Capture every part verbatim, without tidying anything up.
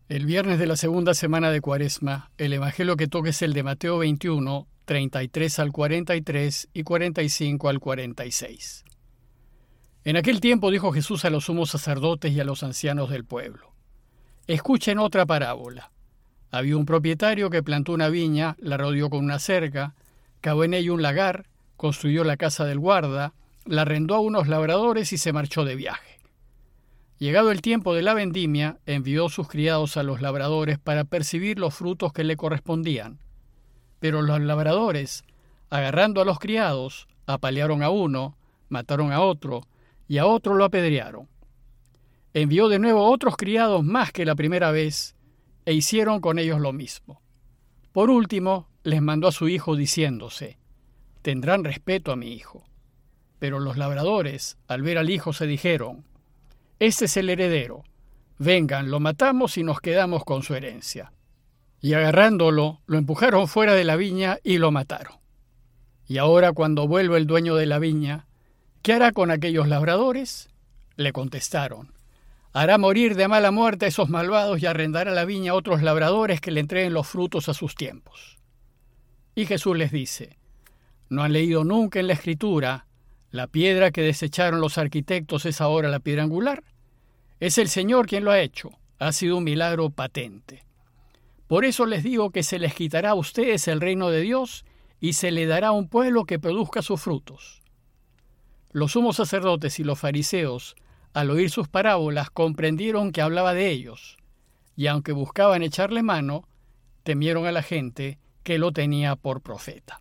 El viernes de la segunda semana de Cuaresma, el evangelio que toca es el de Mateo veintiuno, treinta y tres al cuarenta y tres y cuarenta y cinco al cuarenta y seis. En aquel tiempo dijo Jesús a los sumos sacerdotes y a los ancianos del pueblo: Escuchen otra parábola. Había un propietario que plantó una viña, la rodeó con una cerca, cavó en ella un lagar, construyó la casa del guarda, la arrendó a unos labradores y se marchó de viaje. Llegado el tiempo de la vendimia, envió sus criados a los labradores para percibir los frutos que le correspondían. Pero los labradores, agarrando a los criados, apalearon a uno, mataron a otro, y a otro lo apedrearon. Envió de nuevo otros criados más que la primera vez, e hicieron con ellos lo mismo. Por último, les mandó a su hijo diciéndose: Tendrán respeto a mi hijo. Pero los labradores, al ver al hijo, se dijeron: Este es el heredero. Vengan, lo matamos y nos quedamos con su herencia. Y agarrándolo, lo empujaron fuera de la viña y lo mataron. Y ahora, cuando vuelva el dueño de la viña, ¿qué hará con aquellos labradores? Le contestaron: Hará morir de mala muerte a esos malvados y arrendará la viña a otros labradores que le entreguen los frutos a sus tiempos. Y Jesús les dice: ¿No han leído nunca en la Escritura: la piedra que desecharon los arquitectos es ahora la piedra angular? Es el Señor quien lo ha hecho. Ha sido un milagro patente. Por eso les digo que se les quitará a ustedes el reino de Dios y se le dará a un pueblo que produzca sus frutos. Los sumos sacerdotes y los fariseos, al oír sus parábolas, comprendieron que hablaba de ellos, y aunque buscaban echarle mano, temieron a la gente que lo tenía por profeta.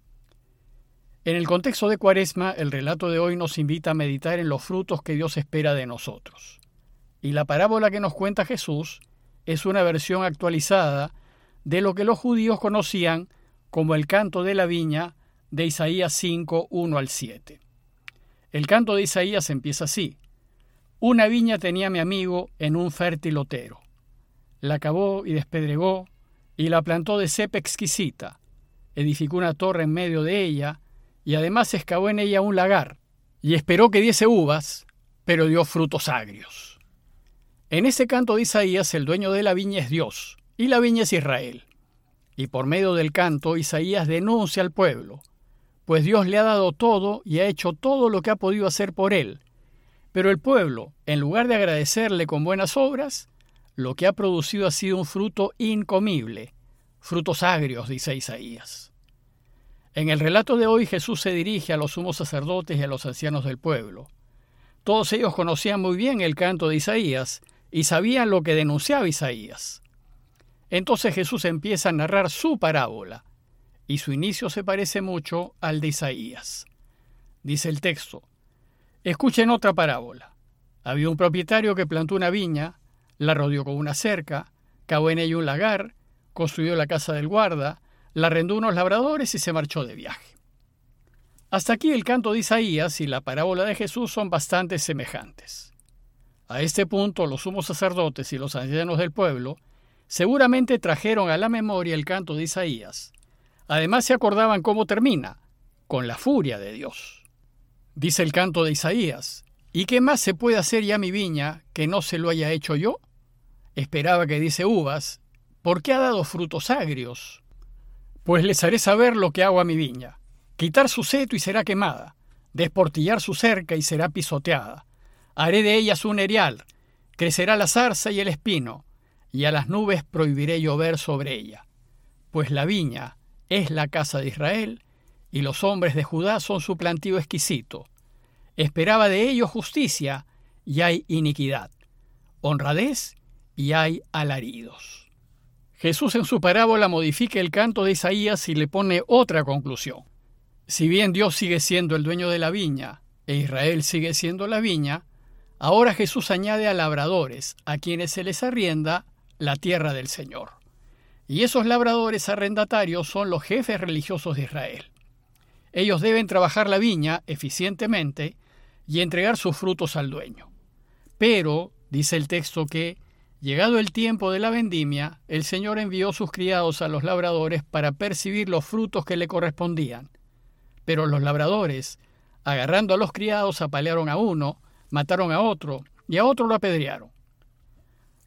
En el contexto de Cuaresma, el relato de hoy nos invita a meditar en los frutos que Dios espera de nosotros. Y la parábola que nos cuenta Jesús es una versión actualizada de lo que los judíos conocían como el canto de la viña de Isaías cinco, uno al siete. El canto de Isaías empieza así: Una viña tenía mi amigo en un fértil otero. La cavó y despedregó, y la plantó de cepa exquisita. Edificó una torre en medio de ella, y además excavó en ella un lagar, y esperó que diese uvas, pero dio frutos agrios. En ese canto de Isaías, el dueño de la viña es Dios, y la viña es Israel. Y por medio del canto, Isaías denuncia al pueblo, pues Dios le ha dado todo y ha hecho todo lo que ha podido hacer por él. Pero el pueblo, en lugar de agradecerle con buenas obras, lo que ha producido ha sido un fruto incomible, frutos agrios, dice Isaías. En el relato de hoy, Jesús se dirige a los sumos sacerdotes y a los ancianos del pueblo. Todos ellos conocían muy bien el canto de Isaías y sabían lo que denunciaba Isaías. Entonces Jesús empieza a narrar su parábola, y su inicio se parece mucho al de Isaías. Dice el texto: Escuchen otra parábola. Había un propietario que plantó una viña, la rodeó con una cerca, cavó en ella un lagar, construyó la casa del guarda, la arrendó a unos labradores y se marchó de viaje. Hasta aquí el canto de Isaías y la parábola de Jesús son bastante semejantes. A este punto, los sumos sacerdotes y los ancianos del pueblo seguramente trajeron a la memoria el canto de Isaías. Además, se acordaban cómo termina: con la furia de Dios. Dice el canto de Isaías: ¿Y qué más se puede hacer ya mi viña que no se lo haya hecho yo? Esperaba que diese uvas. ¿Por qué ha dado frutos agrios? Pues les haré saber lo que hago a mi viña: quitar su seto y será quemada, desportillar su cerca y será pisoteada. Haré de ellas un erial, crecerá la zarza y el espino, y a las nubes prohibiré llover sobre ella. Pues la viña es la casa de Israel, y los hombres de Judá son su plantío exquisito. Esperaba de ellos justicia, y hay iniquidad, honradez, y hay alaridos. Jesús en su parábola modifica el canto de Isaías y le pone otra conclusión. Si bien Dios sigue siendo el dueño de la viña, e Israel sigue siendo la viña, ahora Jesús añade a labradores, a quienes se les arrienda la tierra del Señor. Y esos labradores arrendatarios son los jefes religiosos de Israel. Ellos deben trabajar la viña eficientemente y entregar sus frutos al dueño. Pero, dice el texto que, llegado el tiempo de la vendimia, el Señor envió sus criados a los labradores para percibir los frutos que le correspondían. Pero los labradores, agarrando a los criados, apalearon a uno, mataron a otro, y a otro lo apedrearon.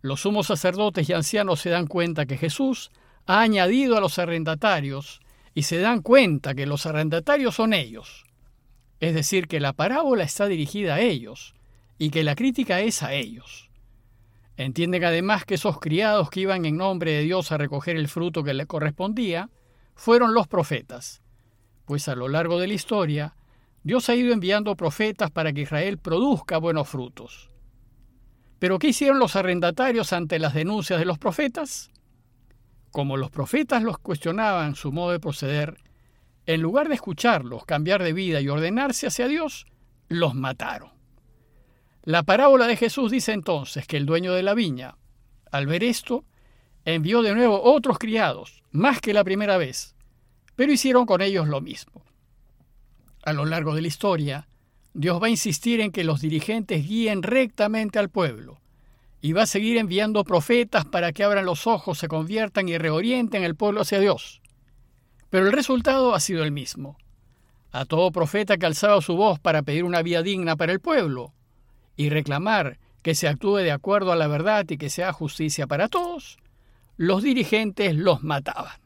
los sumos sacerdotes y ancianos se dan cuenta que Jesús ha añadido a los arrendatarios y se dan cuenta que los arrendatarios son ellos. Es decir, que la parábola está dirigida a ellos y que la crítica es a ellos. Entienden además que esos criados que iban en nombre de Dios a recoger el fruto que le correspondía fueron los profetas, pues a lo largo de la historia Dios ha ido enviando profetas para que Israel produzca buenos frutos. ¿Pero qué hicieron los arrendatarios ante las denuncias de los profetas? Como los profetas los cuestionaban su modo de proceder, en lugar de escucharlos, cambiar de vida y ordenarse hacia Dios, los mataron. La parábola de Jesús dice entonces que el dueño de la viña, al ver esto, envió de nuevo otros criados, más que la primera vez, pero hicieron con ellos lo mismo. A lo largo de la historia, Dios va a insistir en que los dirigentes guíen rectamente al pueblo, y va a seguir enviando profetas para que abran los ojos, se conviertan y reorienten el pueblo hacia Dios. Pero el resultado ha sido el mismo. A todo profeta que alzaba su voz para pedir una vida digna para el pueblo y reclamar que se actúe de acuerdo a la verdad y que se haga justicia para todos, los dirigentes los mataban.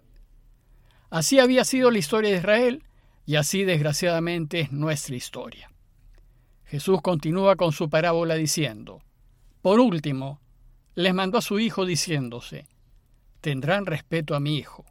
Así había sido la historia de Israel y así desgraciadamente es nuestra historia. Jesús continúa con su parábola diciendo: por último, les mandó a su hijo diciéndose: tendrán respeto a mi hijo.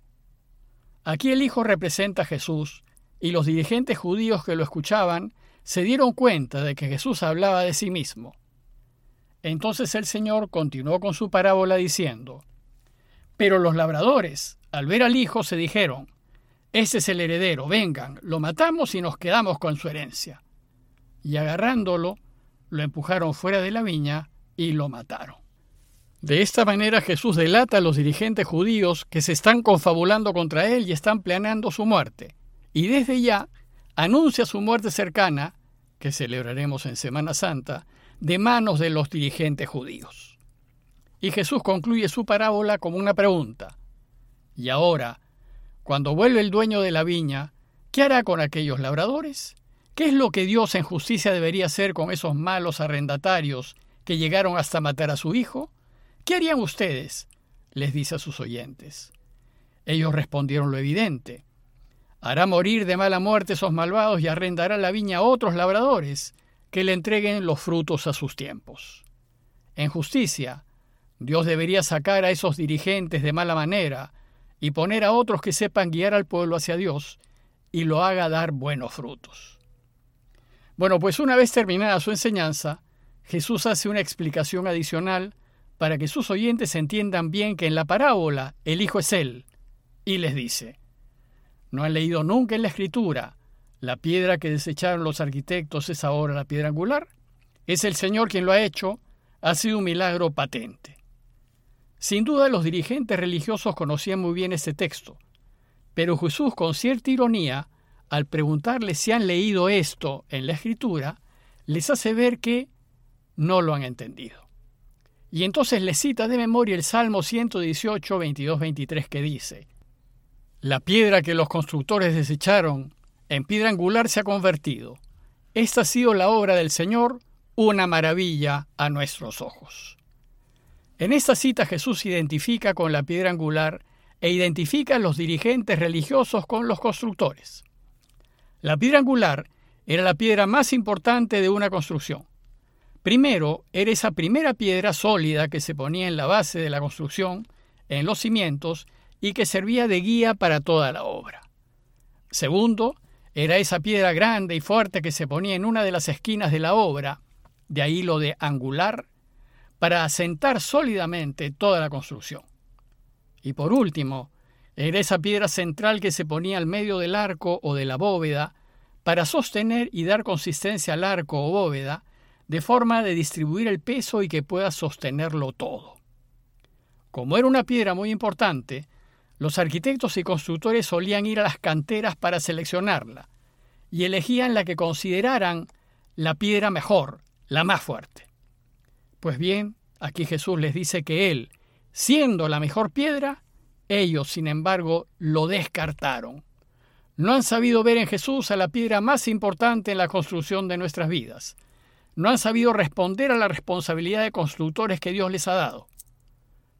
Aquí el hijo representa a Jesús, y los dirigentes judíos que lo escuchaban se dieron cuenta de que Jesús hablaba de sí mismo. Entonces el Señor continuó con su parábola diciendo: pero los labradores, al ver al hijo, se dijeron: ese es el heredero, vengan, lo matamos y nos quedamos con su herencia. Y agarrándolo, lo empujaron fuera de la viña y lo mataron. De esta manera Jesús delata a los dirigentes judíos que se están confabulando contra él y están planeando su muerte. Y desde ya anuncia su muerte cercana, que celebraremos en Semana Santa, de manos de los dirigentes judíos. Y Jesús concluye su parábola como una pregunta: y ahora, cuando vuelve el dueño de la viña, ¿qué hará con aquellos labradores? ¿Qué es lo que Dios en justicia debería hacer con esos malos arrendatarios que llegaron hasta matar a su hijo? ¿Qué harían ustedes?, les dice a sus oyentes. Ellos respondieron lo evidente: hará morir de mala muerte esos malvados y arrendará la viña a otros labradores que le entreguen los frutos a sus tiempos. En justicia, Dios debería sacar a esos dirigentes de mala manera y poner a otros que sepan guiar al pueblo hacia Dios y lo haga dar buenos frutos. Bueno, pues una vez terminada su enseñanza, Jesús hace una explicación adicional para que sus oyentes entiendan bien que en la parábola el Hijo es Él, y les dice: ¿no han leído nunca en la Escritura: la piedra que desecharon los arquitectos es ahora la piedra angular? Es el Señor quien lo ha hecho, ha sido un milagro patente. Sin duda los dirigentes religiosos conocían muy bien este texto, pero Jesús, con cierta ironía, al preguntarles si han leído esto en la Escritura, les hace ver que no lo han entendido. Y entonces les cita de memoria el Salmo ciento dieciocho, veintidós, veintitrés, que dice: la piedra que los constructores desecharon, en piedra angular se ha convertido. Esta ha sido la obra del Señor, una maravilla a nuestros ojos. En esta cita Jesús se identifica con la piedra angular e identifica a los dirigentes religiosos con los constructores. La piedra angular era la piedra más importante de una construcción. Primero, era esa primera piedra sólida que se ponía en la base de la construcción, en los cimientos, y que servía de guía para toda la obra. Segundo, era esa piedra grande y fuerte que se ponía en una de las esquinas de la obra, de ahí lo de angular, para asentar sólidamente toda la construcción. Y por último, era esa piedra central que se ponía al medio del arco o de la bóveda para sostener y dar consistencia al arco o bóveda, de forma de distribuir el peso y que pueda sostenerlo todo. Como era una piedra muy importante, los arquitectos y constructores solían ir a las canteras para seleccionarla y elegían la que consideraran la piedra mejor, la más fuerte. Pues bien, aquí Jesús les dice que Él, siendo la mejor piedra, ellos, sin embargo, lo descartaron. No han sabido ver en Jesús a la piedra más importante en la construcción de nuestras vidas. No han sabido responder a la responsabilidad de constructores que Dios les ha dado.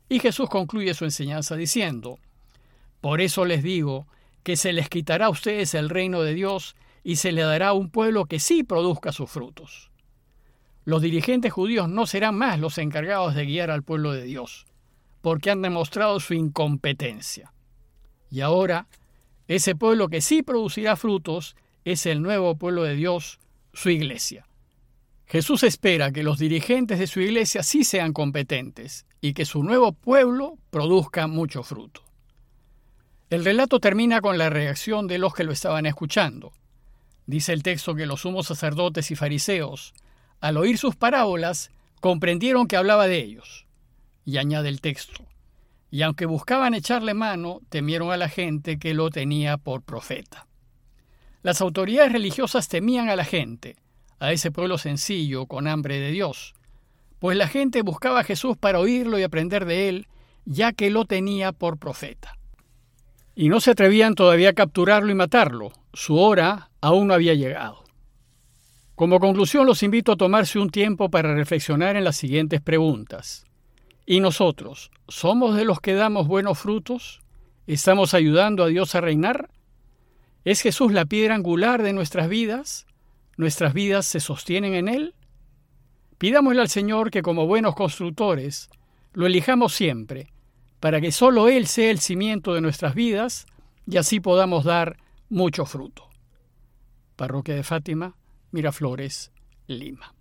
Y Jesús concluye su enseñanza diciendo: por eso les digo que se les quitará a ustedes el reino de Dios y se le dará a un pueblo que sí produzca sus frutos. Los dirigentes judíos no serán más los encargados de guiar al pueblo de Dios, porque han demostrado su incompetencia. Y ahora, ese pueblo que sí producirá frutos es el nuevo pueblo de Dios, su iglesia. Jesús espera que los dirigentes de su iglesia sí sean competentes y que su nuevo pueblo produzca mucho fruto. El relato termina con la reacción de los que lo estaban escuchando. Dice el texto que los sumos sacerdotes y fariseos, al oír sus parábolas, comprendieron que hablaba de ellos. Y añade el texto: y aunque buscaban echarle mano, temieron a la gente que lo tenía por profeta. Las autoridades religiosas temían a la gente, a ese pueblo sencillo con hambre de Dios, pues la gente buscaba a Jesús para oírlo y aprender de él, ya que lo tenía por profeta. Y no se atrevían todavía a capturarlo y matarlo. Su hora aún no había llegado. Como conclusión, los invito a tomarse un tiempo para reflexionar en las siguientes preguntas. ¿Y nosotros, somos de los que damos buenos frutos? ¿Estamos ayudando a Dios a reinar? ¿Es Jesús la piedra angular de nuestras vidas? ¿Nuestras vidas se sostienen en Él? Pidámosle al Señor que, como buenos constructores, lo elijamos siempre, para que solo Él sea el cimiento de nuestras vidas y así podamos dar mucho fruto. Parroquia de Fátima, Miraflores, Lima.